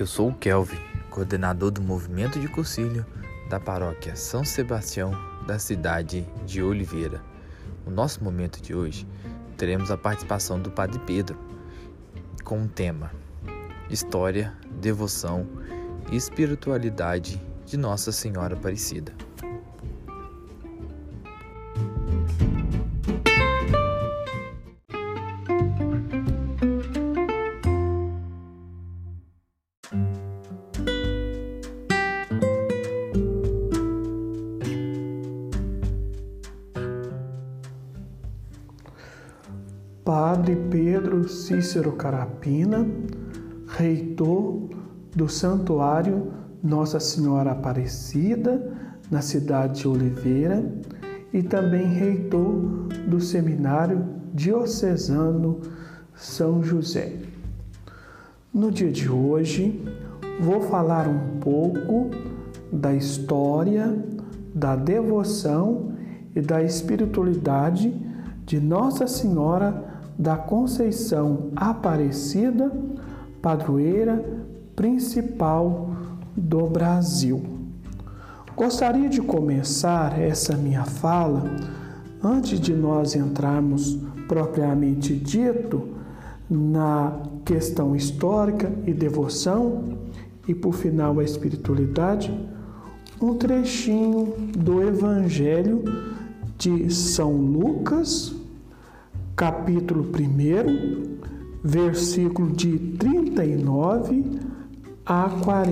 Eu sou o Kelvin, coordenador do movimento de cursilho da paróquia São Sebastião da cidade de Oliveira. No nosso momento de hoje, teremos a participação do Padre Pedro com o tema História, Devoção e Espiritualidade de Nossa Senhora Aparecida. Padre Pedro Cícero Carapina, reitor do Santuário Nossa Senhora Aparecida, na cidade de Oliveira, e também reitor do Seminário Diocesano São José. No dia de hoje, vou falar um pouco da história, da devoção e da espiritualidade de Nossa Senhora da Conceição Aparecida, padroeira principal do Brasil. Gostaria de começar essa minha fala, antes de nós entrarmos propriamente dito na questão histórica e devoção, e por final a espiritualidade, um trechinho do Evangelho de São Lucas, capítulo 1, versículo de 39 a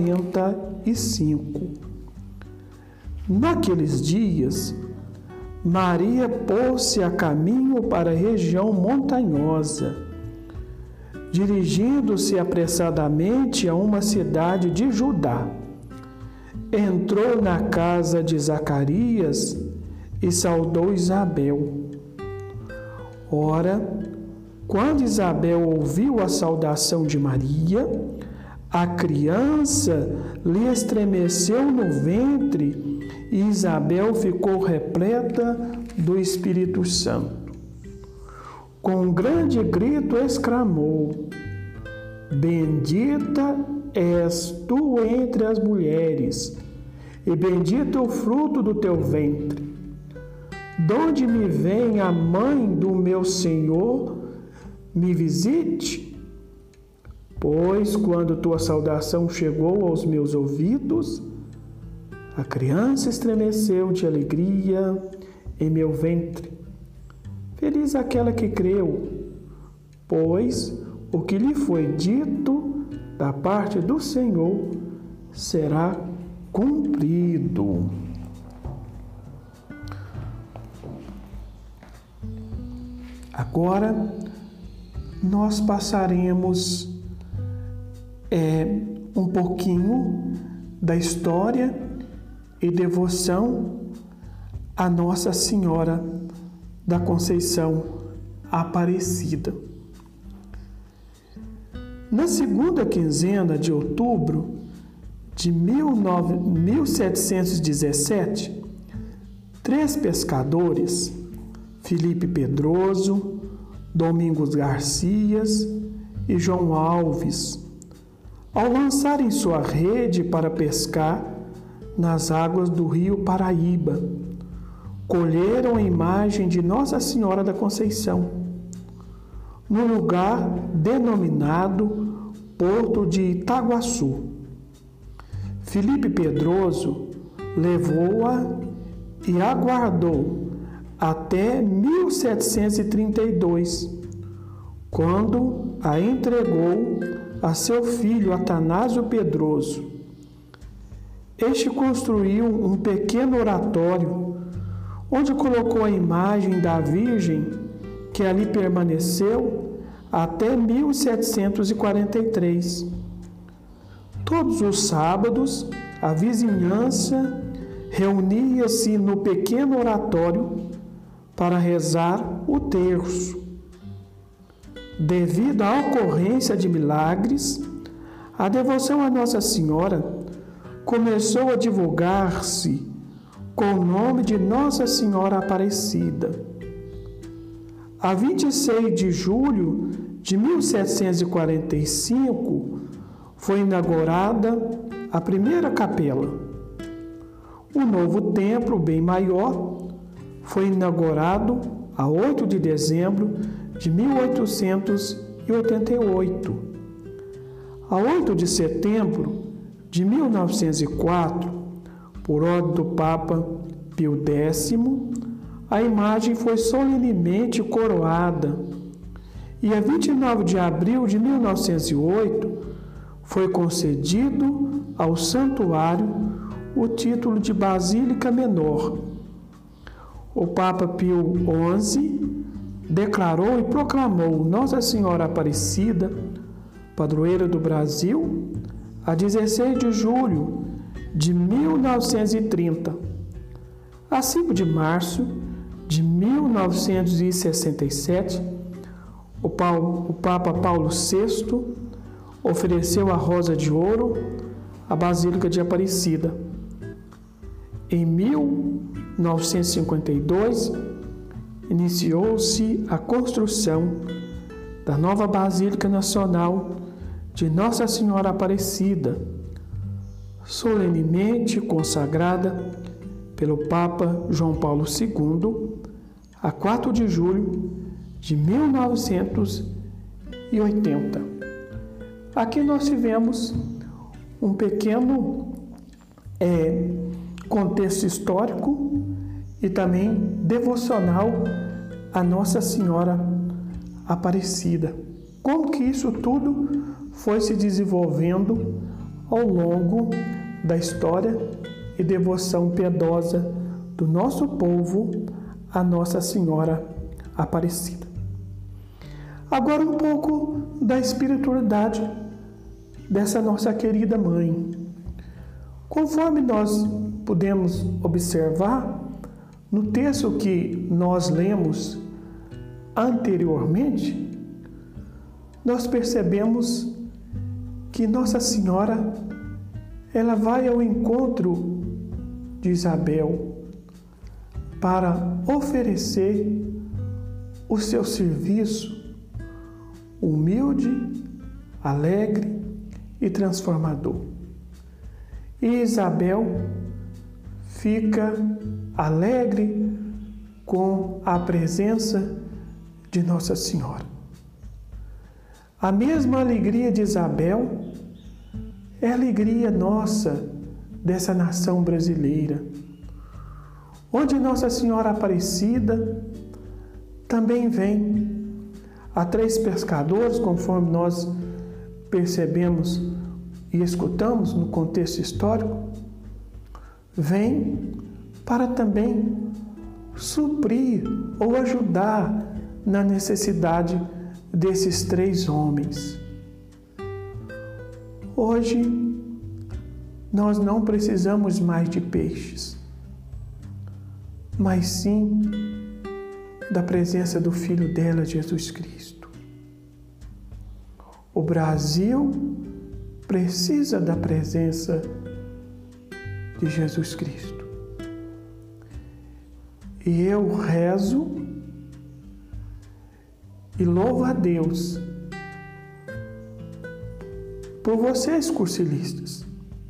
45. Naqueles dias, Maria pôs-se a caminho para a região montanhosa, dirigindo-se apressadamente a uma cidade de Judá. Entrou na casa de Zacarias e saudou Isabel. Ora, quando Isabel ouviu a saudação de Maria, a criança lhe estremeceu no ventre e Isabel ficou repleta do Espírito Santo. Com um grande grito exclamou: Bendita és tu entre as mulheres, e bendito é o fruto do teu ventre. Donde me vem a mãe do meu Senhor me visite? Pois quando tua saudação chegou aos meus ouvidos, a criança estremeceu de alegria em meu ventre. Feliz aquela que creu, pois o que lhe foi dito da parte do Senhor será cumprido. Agora, nós passaremos um pouquinho da história e devoção a Nossa Senhora da Conceição Aparecida. Na segunda quinzena de outubro de 1717, 3 pescadores, Felipe Pedroso, Domingos Garcias e João Alves, ao lançarem sua rede para pescar nas águas do rio Paraíba, colheram a imagem de Nossa Senhora da Conceição, no lugar denominado Porto de Itaguaçu. Felipe Pedroso levou-a e aguardou até 1732, quando a entregou a seu filho Atanásio Pedroso. Este construiu um pequeno oratório, onde colocou a imagem da Virgem, que ali permaneceu até 1743. Todos os sábados, a vizinhança reunia-se no pequeno oratório para rezar o terço. Devido à ocorrência de milagres, a devoção a Nossa Senhora começou a divulgar-se com o nome de Nossa Senhora Aparecida. A 26 de julho de 1745, foi inaugurada a primeira capela. O novo templo, bem maior, foi inaugurado a 8 de dezembro de 1888. A 8 de setembro de 1904, por ordem do Papa Pio X, a imagem foi solenemente coroada e a 29 de abril de 1908 foi concedido ao santuário o título de Basílica Menor. O Papa Pio XI declarou e proclamou Nossa Senhora Aparecida, padroeira do Brasil, a 16 de julho de 1930. A 5 de março de 1967, o Papa Paulo VI ofereceu a Rosa de Ouro à Basílica de Aparecida. Em 1952, iniciou-se a construção da nova Basílica Nacional de Nossa Senhora Aparecida, solenemente consagrada pelo Papa João Paulo II, a 4 de julho de 1980. Aqui nós tivemos um pequeno contexto histórico e também devocional a Nossa Senhora Aparecida. Como que isso tudo foi se desenvolvendo ao longo da história e devoção piedosa do nosso povo a Nossa Senhora Aparecida. Agora um pouco da espiritualidade dessa nossa querida mãe. Conforme nós podemos observar no texto que nós lemos anteriormente, nós percebemos que Nossa Senhora ela vai ao encontro de Isabel para oferecer o seu serviço humilde, alegre e transformador. E Isabel fica alegre com a presença de Nossa Senhora. A mesma alegria de Isabel é a alegria nossa dessa nação brasileira, onde Nossa Senhora Aparecida também vem. Há 3 pescadores, conforme nós percebemos e escutamos no contexto histórico, vem para também suprir ou ajudar na necessidade desses 3 homens. Hoje, nós não precisamos mais de peixes, mas sim da presença do Filho dela, Jesus Cristo. O Brasil precisa da presença de Jesus Cristo. E eu rezo e louvo a Deus por vocês, cursilistas,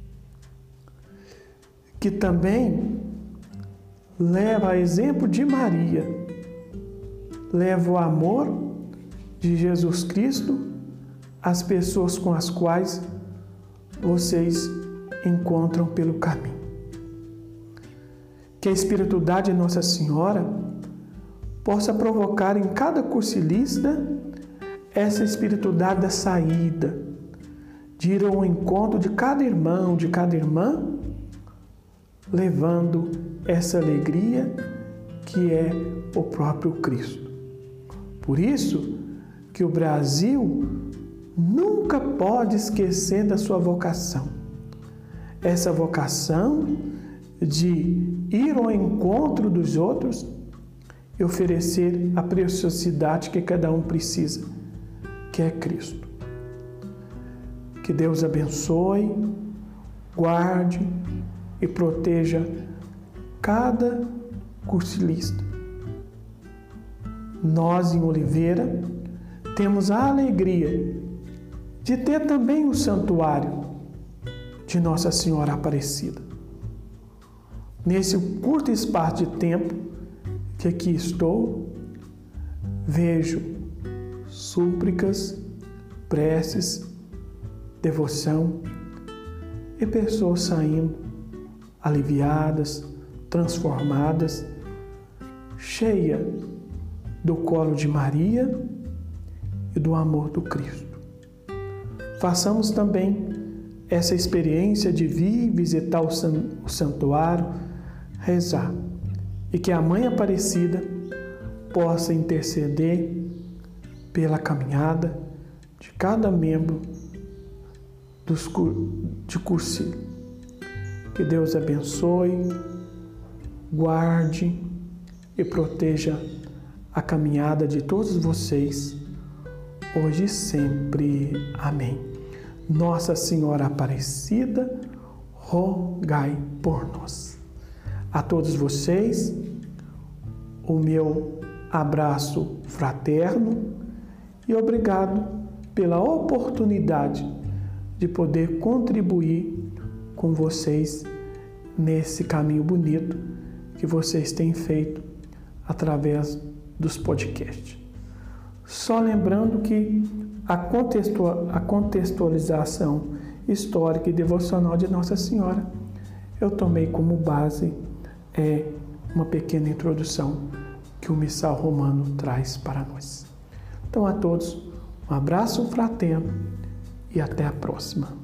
que também leva a exemplo de Maria, leva o amor de Jesus Cristo às pessoas com as quais vocês encontram pelo caminho. Que a espiritualidade de Nossa Senhora possa provocar em cada cursilista essa espiritualidade da saída, de ir ao encontro de cada irmão, de cada irmã, levando essa alegria que é o próprio Cristo. Por isso que o Brasil nunca pode esquecer da sua vocação. Essa vocação de ir ao encontro dos outros e oferecer a preciosidade que cada um precisa, que é Cristo. Que Deus abençoe, guarde e proteja cada cursilista. Nós, em Oliveira, temos a alegria de ter também o santuário de Nossa Senhora Aparecida. Nesse curto espaço de tempo que aqui estou, vejo súplicas, preces, devoção e pessoas saindo aliviadas, transformadas, cheia do colo de Maria e do amor do Cristo. Façamos também essa experiência de vir visitar o santuário, rezar, e que a Mãe Aparecida possa interceder pela caminhada de cada membro de Cursilho. Que Deus abençoe, guarde e proteja a caminhada de todos vocês, hoje e sempre. Amém. Nossa Senhora Aparecida, rogai por nós. A todos vocês, o meu abraço fraterno e obrigado pela oportunidade de poder contribuir com vocês nesse caminho bonito que vocês têm feito através dos podcasts. Só lembrando que a contextualização histórica e devocional de Nossa Senhora eu tomei como base uma pequena introdução que o Missal Romano traz para nós. Então a todos, um abraço fraterno e até a próxima.